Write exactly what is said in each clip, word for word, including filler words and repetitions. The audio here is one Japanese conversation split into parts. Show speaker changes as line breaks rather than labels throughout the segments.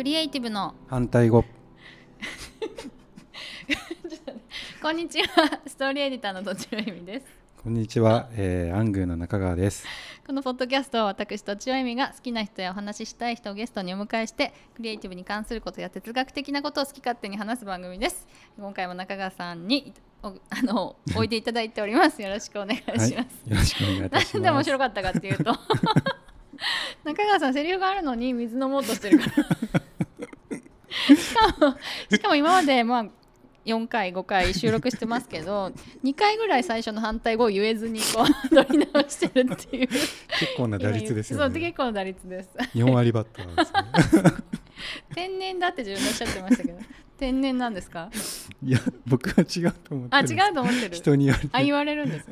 クリエイティブの
反対語
こんにちは、ストーリーエディターのとちおえみです。
こんにちは、えー、アングーの中川です。
このポッドキャストは私とちおえみが好きな人やお話ししたい人をゲストにお迎えしてクリエイティブに関することや哲学的なことを好き勝手に話す番組です。今回も中川さんにおあのおいでいただいておりますよろしくお願いします、はい、
よろしくお願いいたします。
なんで面白かったかっていうと中川さんセリフがあるのに水飲もうとしてるからしかも、しかも今までまあよんかいごかい収録してますけどにかいぐらい最初の反対語を言えずにこう取り直してるっていう結
構な打率ですよね。
そう結構な打率です
よんわりバッターですね
天然だって自分でおっしゃってましたけど天然なんですか？
いや僕は違うと思ってる。
あ違うと思ってる。
人に言われて
あ言われるんです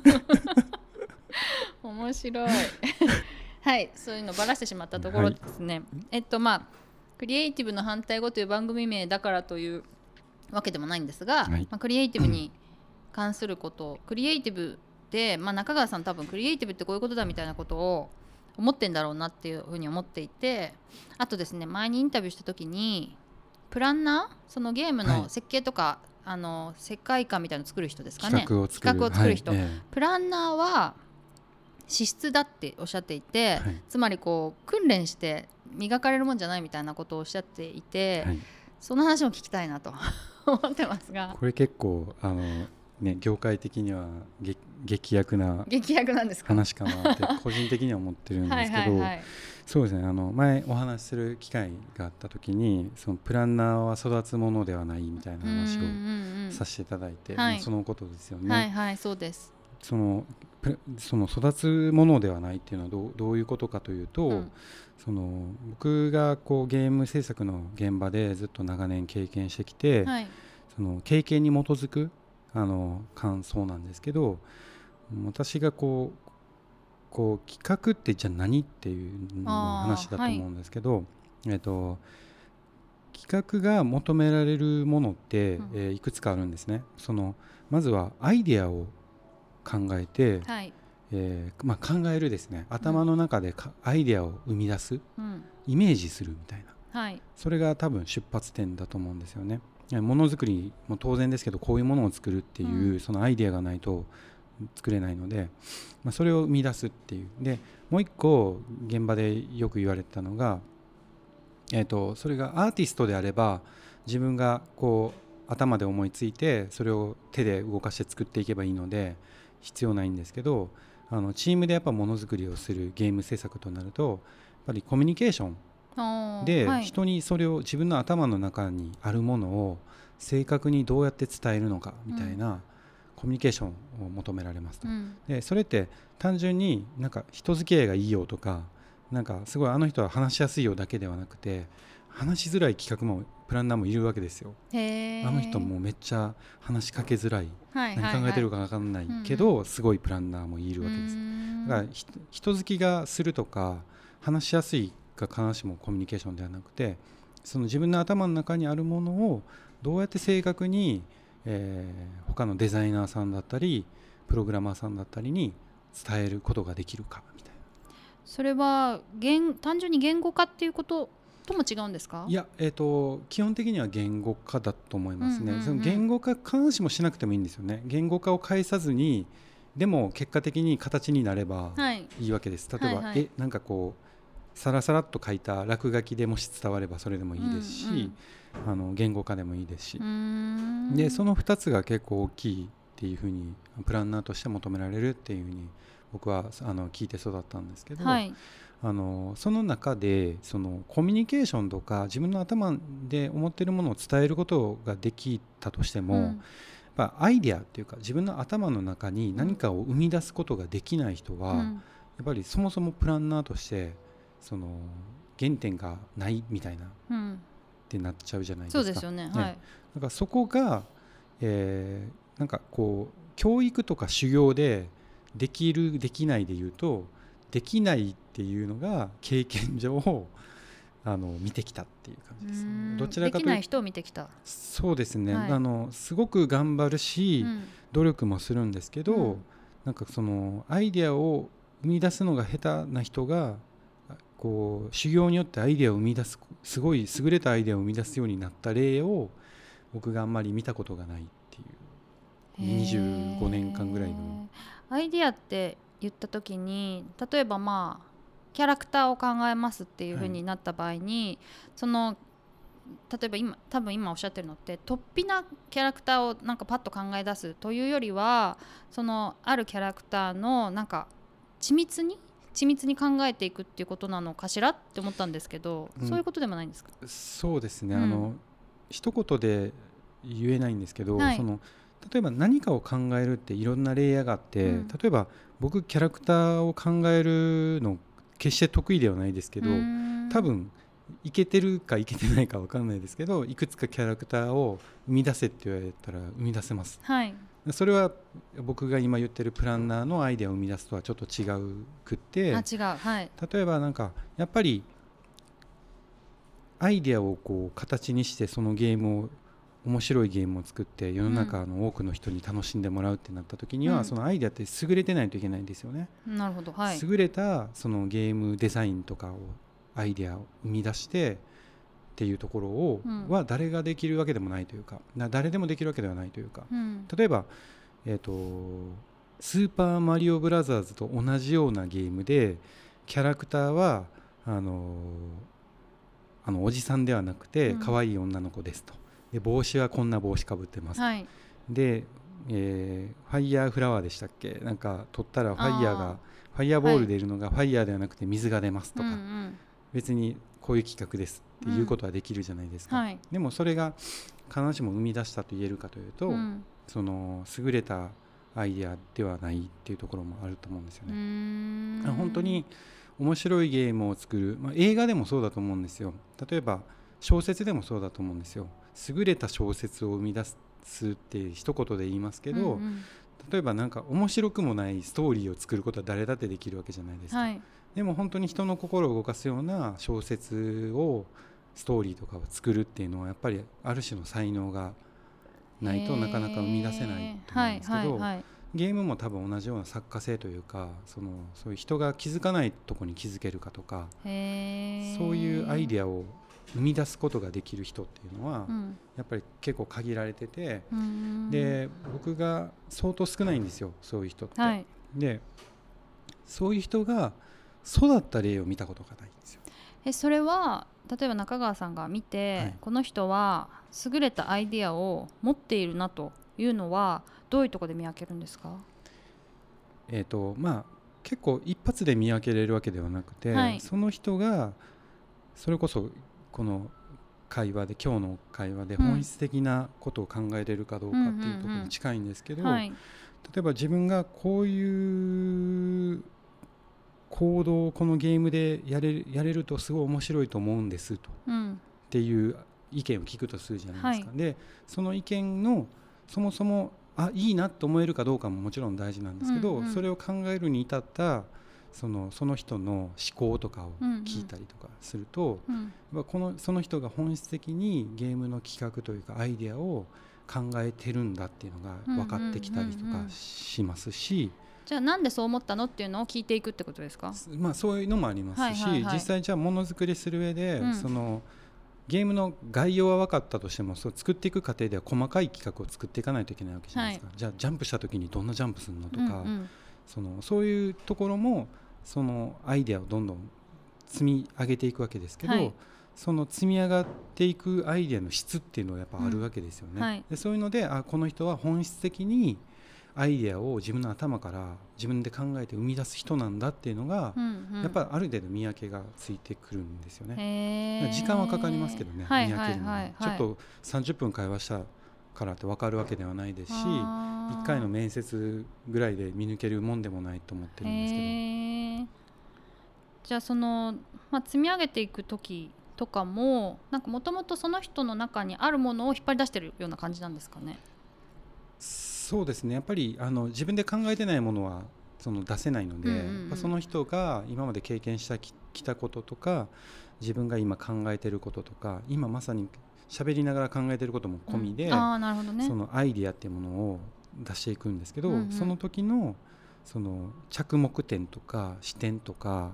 面白いはいそういうのばらしてしまったところですね、はい、えっとまあクリエイティブの反対語という番組名だからというわけでもないんですが、はいまあ、クリエイティブに関することをクリエイティブで、まあ、中川さん多分クリエイティブってこういうことだみたいなことを思ってんだろうなっていうふうに思っていて、あとですね前にインタビューした時にプランナーそのゲームの設計とか、はい、あの世界観みたいなのを作る人ですかね、
企画を作る、
企画を作る人、
はいええ、プラ
ンナーは資質だっておっしゃっていて、はい、つまりこう訓練して磨かれるもんじゃないみたいなことをおっしゃっていて、はい、その話も聞きたいなと思ってますが、
これ結構あの、ね、業界的には劇薬な話かなって個人的には思ってるんですけどはいはい、はい、そうですねあの前お話しする機会があった時にそのプランナーは育つものではないみたいな話をさせていただいて、はい、そのことですよね。
はいはいそうです。
そのその育つものではないっていうのは どう、どういうことかというと、うん、その僕がこうゲーム制作の現場でずっと長年経験してきて、はい、その経験に基づくあの感想なんですけど、私がこう、こう企画ってじゃあ何っていうの話だと思うんですけど、はいえっと、企画が求められるものって、うんえー、いくつかあるんですね。そのまずはアイデアを考えて、はいえーまあ、考えるですね頭の中でか、うん、アイデアを生み出す、うん、イメージするみたいな、はい、それが多分出発点だと思うんですよね。ものづくりも当然ですけどこういうものを作るっていう、うん、そのアイデアがないと作れないので、まあ、それを生み出すっていうでもう一個現場でよく言われてたのが、えーと、それがアーティストであれば自分がこう頭で思いついてそれを手で動かして作っていけばいいので必要ないんですけど、あのチームでやっぱものづくりをするゲーム制作となるとやっぱりコミュニケーションで人にそれを自分の頭の中にあるものを正確にどうやって伝えるのかみたいなコミュニケーションを求められますと、うん、でそれって単純になんか人付き合いがいいよとかなんかすごいあの人は話しやすいよだけではなくて話しづらい企画もプランナーもいるわけですよ。へーあの人もめっちゃ話しかけづらい、はい、何考えてるか分かんないけど、はいはい、すごいプランナーもいるわけです。だから人付きがするとか話しやすいが必ずしもコミュニケーションではなくてその自分の頭の中にあるものをどうやって正確に、えー、他のデザイナーさんだったりプログラマーさんだったりに伝えることができるかみたいな。
それは言単純に言語化っていうこととも違うんですか？
いや、えーと、基本的には言語化だと思いますね、うんうんうん、その言語化必ずしもしなくてもいいんですよね。言語化を介さずにでも結果的に形になればいいわけです、はい、例えば、はいはい、えなんかこうサラサラっと書いた落書きでもし伝わればそれでもいいですし、うんうん、あの言語化でもいいですし、うーんでそのふたつが結構大きいっていうふうにプランナーとして求められるっていうふうに僕はあの聞いて育ったんですけど、はい、あのその中でそのコミュニケーションとか自分の頭で思っているものを伝えることができたとしても、うん、やっぱアイデアっていうか自分の頭の中に何かを生み出すことができない人は、うん、やっぱりそもそもプランナーとしてその原点がないみたいな、うん、ってなっちゃうじゃないですか。
そうですよね、はい、
だからそこが、えー、なんかこう教育とか修行でできるできないで言うとできないっていうのが経験上あの見てきたっていう感じです。どちらかというと
できない人を見てきた。
そうですね、はい、あのすごく頑張るし、うん、努力もするんですけど、うん、なんかそのアイデアを生み出すのが下手な人がここう修行によってアイデアを生み出すすごい優れたアイデアを生み出すようになった例を僕があんまり見たことがないっていうにじゅうごねんかんぐらいの。
アイデアって言った時に例えばまあキャラクターを考えますっていう風になった場合に、はい、その例えば今多分今おっしゃってるのって突飛なキャラクターをなんかパッと考え出すというよりはそのあるキャラクターのなんか緻密に緻密に考えていくっていうことなのかしらって思ったんですけど、うん、そういうことでもないんですか？
そうですね、うん、あの一言で言えないんですけど、はい、その例えば何かを考えるっていろんなレイヤーがあって、うん、例えば僕キャラクターを考えるの決して得意ではないですけど、多分いけてるかいけてないか分かんないですけど、いくつかキャラクターを生み出せって言われたら生み出せます、はい、それは僕が今言ってるプランナーのアイデアを生み出すとはちょっと違うくって、
あ違う、はい、
例えばなんかやっぱりアイデアをこう形にしてそのゲームを面白いゲームを作って世の中の多くの人に楽しんでもらうってなった時には、うん、そのアイデアって優れてないといけないんですよね。
なるほど、はい、
優れたそのゲームデザインとかをアイデアを生み出してっていうところを、うん、は誰ができるわけでもないというか、誰でもできるわけではないというか、うん、例えば、えーと、スーパーマリオブラザーズと同じようなゲームでキャラクターはあのあのおじさんではなくて可愛い女の子ですと、で帽子はこんな帽子かぶってます、はい、で、えー、ファイヤーフラワーでしたっけ、なんか取ったらファイヤーがファイヤーボールでいるのがファイヤーではなくて水が出ますとか、はい、うんうん、別にこういう企画ですっていうことはできるじゃないですか、うん、はい、でもそれが必ずしも生み出したと言えるかというと、うん、その優れたアイデアではないっていうところもあると思うんですよね。うーん、本当に面白いゲームを作る、まあ、映画でもそうだと思うんですよ。例えば小説でもそうだと思うんですよ。優れた小説を生み出すって一言で言いますけど、うんうん、例えばなんか面白くもないストーリーを作ることは誰だってできるわけじゃないですか、はい、でも本当に人の心を動かすような小説をストーリーとかを作るっていうのはやっぱりある種の才能がないとなかなか生み出せないと思うんですけど、はいはいはい、ゲームも多分同じような作家性というか、そのそういう人が気づかないところに気づけるかとか、へそういうアイデアを生み出すことができる人っていうのは、うん、やっぱり結構限られてて、で僕が相当少ないんですよ、そういう人って、はい、でそういう人が育った例を見たことがないんですよ。
えそれは例えば中川さんが見て、はい、この人は優れたアイデアを持っているなというのはどういうところで見分けるんですか？
えーとまあ、結構一発で見分けれるわけではなくて、はい、その人がそれこそこの会話で今日の会話で本質的なことを考えれるかどうかっていうところに近いんですけど、例えば自分がこういう行動をこのゲームでやれる、やれるとすごい面白いと思うんですと、うん、っていう意見を聞くとするじゃないですか、はい、でその意見のそもそもあいいなと思えるかどうかももちろん大事なんですけど、うんうん、それを考えるに至ったその、その人の思考とかを聞いたりとかすると、うんうん、このその人が本質的にゲームの企画というかアイデアを考えてるんだっていうのが分かってきたりとかしますし、うんうんうんうん、
じゃあなんでそう思ったのっていうのを聞いていくってことですか？
まあ、そういうのもありますし、はいはいはい、実際じゃあものづくりする上で、うん、そのゲームの概要は分かったとしてもそう作っていく過程では細かい企画を作っていかないといけないわけじゃないですか、はい、じゃあジャンプした時にどんなジャンプするのとか、うんうん、そのそういうところもそのアイデアをどんどん積み上げていくわけですけど、はい、その積み上がっていくアイデアの質っていうのはやっぱあるわけですよね、うんはい、でそういうのであこの人は本質的にアイデアを自分の頭から自分で考えて生み出す人なんだっていうのが、うんうん、やっぱりある程度見分けがついてくるんですよね。時間はかかりますけどね、はい、見分けるのは、はいはいはいはい、ちょっとさんじゅっぷん会話したからって分かるわけではないですし、いっかいの面接ぐらいで見抜けるもんでもないと思ってるんですけど。
じゃあその、まあ、積み上げていく時とかもなんかもともとその人の中にあるものを引っ張り出してるような感じなんですかね？
そうですね、やっぱりあの自分で考えてないものはその出せないので、うんうんうん、その人が今まで経験してきたこととか自分が今考えてることとか今まさに喋りながら考えてることも込みで、うんあーなるほどね、そのアイディアっていうものを出していくんですけど、うんうん、その時のその着目点とか視点とか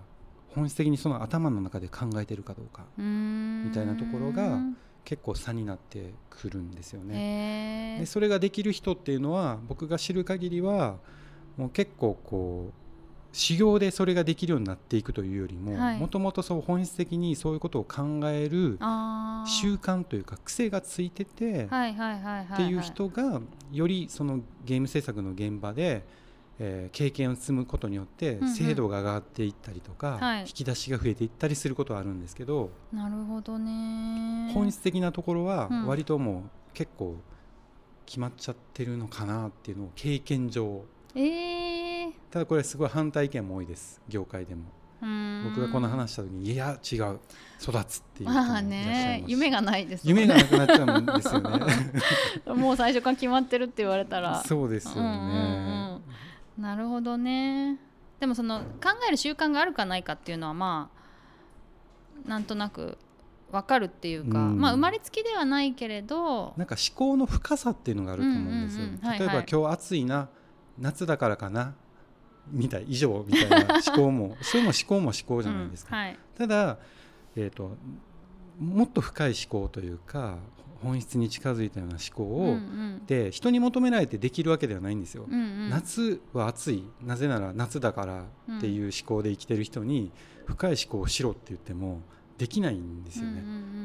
本質的にその頭の中で考えてるかどうかみたいなところが結構差になってくるんですよね。でそれができる人っていうのは僕が知る限りはもう結構こう修行でそれができるようになっていくというよりももともと本質的にそういうことを考える習慣というか癖がついててっていう人がよりそのゲーム制作の現場で、えー、経験を積むことによって精度が上がっていったりとか、うんうん、引き出しが増えていったりすることはあるんですけど、
なるほどね。
本質的なところは割ともう結構決まっちゃってるのかなっていうのを経験上、
えー、
ただこれすごい反対意見も多いです、業界でも。僕がこの話した時にいや違う育つっていう人もいらっしゃいますし、
ね、夢がないです
もんね。夢がなくなっちゃうんですよね
もう最初から決まってるって言われたら
そうですよね、うん
うんうん、なるほどね。でもその考える習慣があるかないかっていうのはまあなんとなく分かるっていうか、うんまあ、生まれつきではないけれど
なんか思考の深さっていうのがあると思うんですよ、うんうんうんはいはい、例えば今日暑いな夏だからかなみたい以上みたいな思考もそれも思考も思考じゃないですか、
うんはい、
ただ、えーと、もっと深い思考というか本質に近づいたような思考を、うんうん、で人に求められてできるわけではないんですよ、うんうん、夏は暑いなぜなら夏だからっていう思考で生きてる人に深い思考をしろって言ってもできないんですよね、うんうんうん、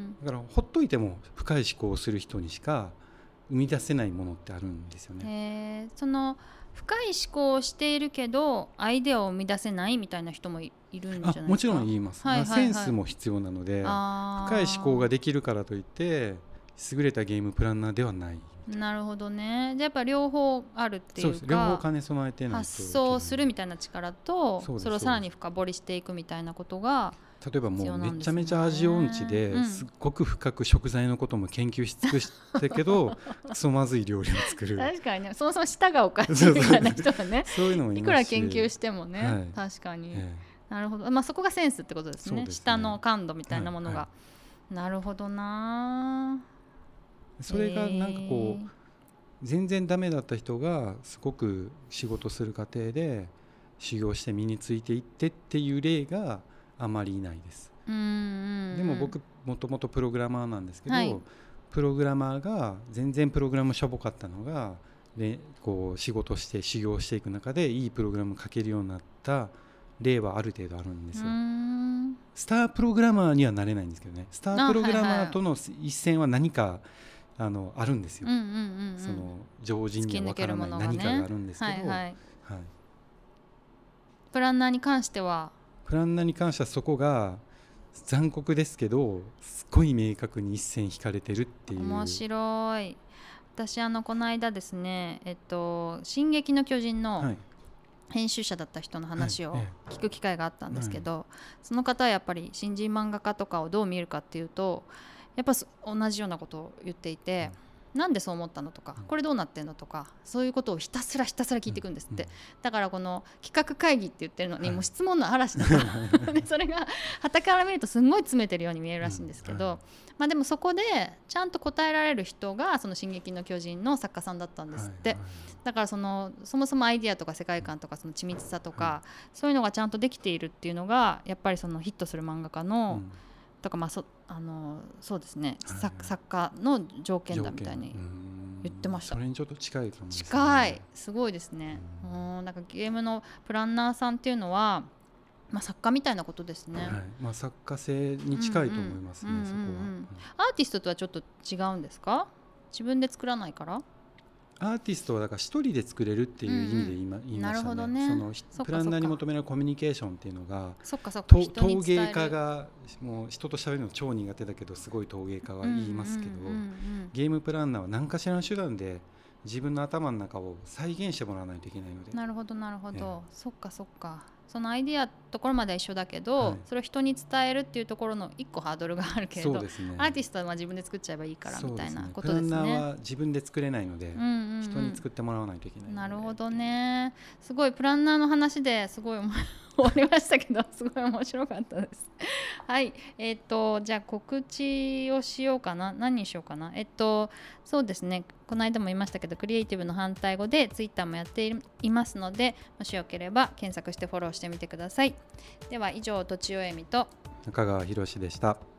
だからほっといても深い思考をする人にしか生み出せないものってあるんですよね。
へー、その深い思考をしているけどアイデアを生み出せないみたいな人も い, いるんじゃないですか。
あもちろん言います、はいはいはい、センスも必要なので深い思考ができるからといって優れたゲームプランナーではない。
なるほどね。じゃあやっぱ両方あるっていうか、
そうです、両方兼ね備えてないと
発想するみたいな力と そ, それをさらに深掘りしていくみたいなことが
例えばもうめちゃめちゃ味音痴ですっごく深く食材のことも研究し尽くしたけどクソまずい料理を作る
確かにね、そもそも舌がおかしいみたいな人がね
そういうのもいますし、
いくら研究してもね、はい、確かに、
え
え、なるほど、まあ、そこがセンスってことです ね, ですね舌の感度みたいなものが、はいはい、なるほどな。
それがなんかこう、えー、全然ダメだった人がすごく仕事する過程で修行して身についていってっていう例があまりいないです。
うんうんうん、
でも僕もともとプログラマーなんですけど、はい、プログラマーが全然プログラムしょぼかったのがでこう仕事して修行していく中でいいプログラム書けるようになった例はある程度あるんですよ。
うん、
スタープログラマーにはなれないんですけどね。スタープログラマーとの一線は何かあのあるんですよ、
うんうんうんうん、
その常人には分からない何かがあるんですけど、
はいはいはい、プランナーに関しては
プランナーに関してはそこが残酷ですけどすごい明確に一線引かれてるっていう。
面白い。私あのこの間ですね、えっと、進撃の巨人の編集者だった人の話を聞く機会があったんですけど、はいはい、その方はやっぱり新人漫画家とかをどう見るかっていうとやっぱ同じようなことを言っていて、うん、なんでそう思ったのとか、うん、これどうなってんのとかそういうことをひたすらひたすら聞いていくんですって、うんうん、だからこの企画会議って言ってるのにもう質問の嵐だから、はい、でそれが傍から見るとすんごい詰めてるように見えるらしいんですけど、うんはい、まあ、でもそこでちゃんと答えられる人がその進撃の巨人の作家さんだったんですって、はいはい、だからそのそもそもアイディアとか世界観とかその緻密さとか、はい、そういうのがちゃんとできているっていうのがやっぱりそのヒットする漫画家の、うんとかまあ、そあのそうですね、はい、作, 作家の条件だみたいに言ってました。
それにちょっと近いかもしれない。
近い、すごいですね。うん、なんかゲームのプランナーさんっていうのは、まあ、作家みたいなことですね、
はい、まあ、作家性に近いと思いますね、うんうん、そこは、うんうん、
アーティストとはちょっと違うんですか？自分で作らないから？
アーティストはだから一人で作れるっていう意味で言いま、うんうん、言いました ね, ねそのプランナーに求められるコミュニケーションっていうのが
そっかそっか
陶芸家がもう人と喋るの超苦手だけどすごい陶芸家は言いますけど、うんうんうんうん、ゲームプランナーは何かしらの手段で自分の頭の中を再現してもらわないといけないので。
なるほどなるほど、ええ、そっかそっか。そのアイディアところまでは一緒だけど、はい、それを人に伝えるっていうところの一個ハードルがあるけれど、
そうですね、
アーティストは自分で作っちゃえばいいからみたいなことですね。
プランナーは自分で作れないので、
うんうんうん、
人に作ってもらわないといけない。
なるほどね。すごいプランナーの話ですごい終わりましたけどすごい面白かったですはい、えーと、じゃあ告知をしようかな。何にしようかな。えっとそうですね、この間も言いましたけどクリエイティブの反対語でツイッターもやっていますので、もしよければ検索してフォローしてみてください。では以上、とちおえみと
中川博でした。